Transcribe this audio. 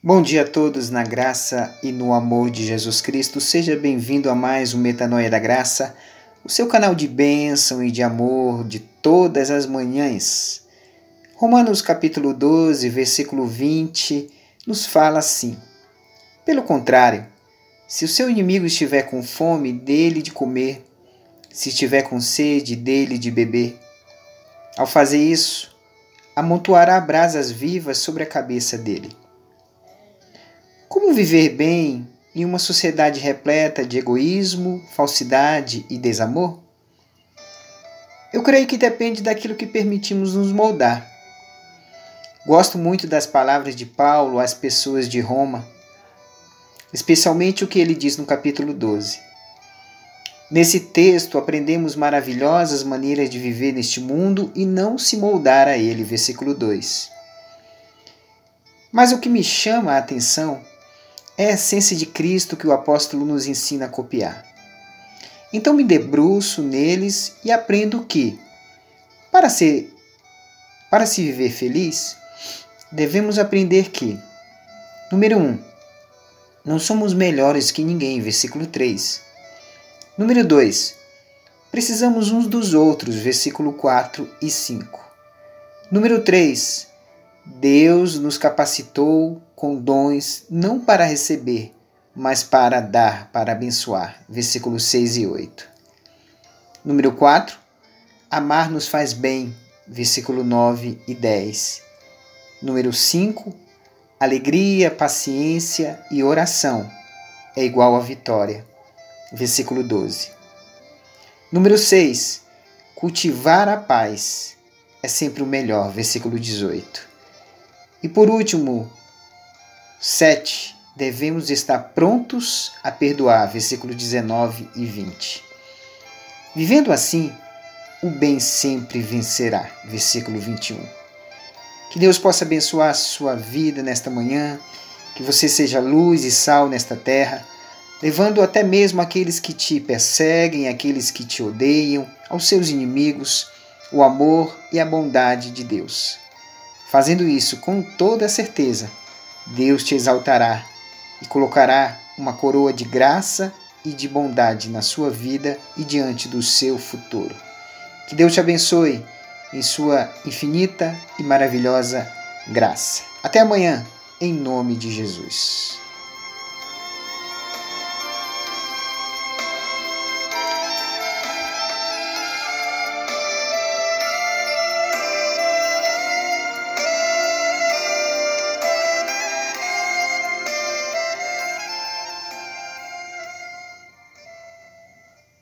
Bom dia a todos na graça e no amor de Jesus Cristo. Seja bem-vindo a mais um Metanoia da Graça, o seu canal de bênção e de amor de todas as manhãs. Romanos capítulo 12, versículo 20, nos fala assim: Pelo contrário, se o seu inimigo estiver com fome, dê-lhe de comer, se estiver com sede, dê-lhe de beber. Ao fazer isso, amontoará brasas vivas sobre a cabeça dele. Como viver bem em uma sociedade repleta de egoísmo, falsidade e desamor? Eu creio que depende daquilo que permitimos nos moldar. Gosto muito das palavras de Paulo às pessoas de Roma, especialmente o que ele diz no capítulo 12. Nesse texto aprendemos maravilhosas maneiras de viver neste mundo e não se moldar a ele, versículo 2. Mas o que me chama a atenção é a essência de Cristo que o apóstolo nos ensina a copiar. Então me debruço neles e aprendo que, para se viver feliz, devemos aprender que, número 1, não somos melhores que ninguém, versículo 3. Número 2, precisamos uns dos outros, versículo 4 e 5. Número 3, Deus nos capacitou com dons não para receber, mas para dar, para abençoar. Versículos 6 e 8. Número 4. Amar nos faz bem. Versículo 9 e 10. Número 5. Alegria, paciência e oração é igual a vitória. Versículo 12. Número 6. Cultivar a paz é sempre o melhor. Versículo 18. E por último, 7. Devemos estar prontos a perdoar, versículos 19 e 20. Vivendo assim, o bem sempre vencerá, versículo 21. Que Deus possa abençoar a sua vida nesta manhã, que você seja luz e sal nesta terra, levando até mesmo aqueles que te perseguem, aqueles que te odeiam, aos seus inimigos, o amor e a bondade de Deus. Fazendo isso com toda certeza, Deus te exaltará e colocará uma coroa de graça e de bondade na sua vida e diante do seu futuro. Que Deus te abençoe em sua infinita e maravilhosa graça. Até amanhã, em nome de Jesus.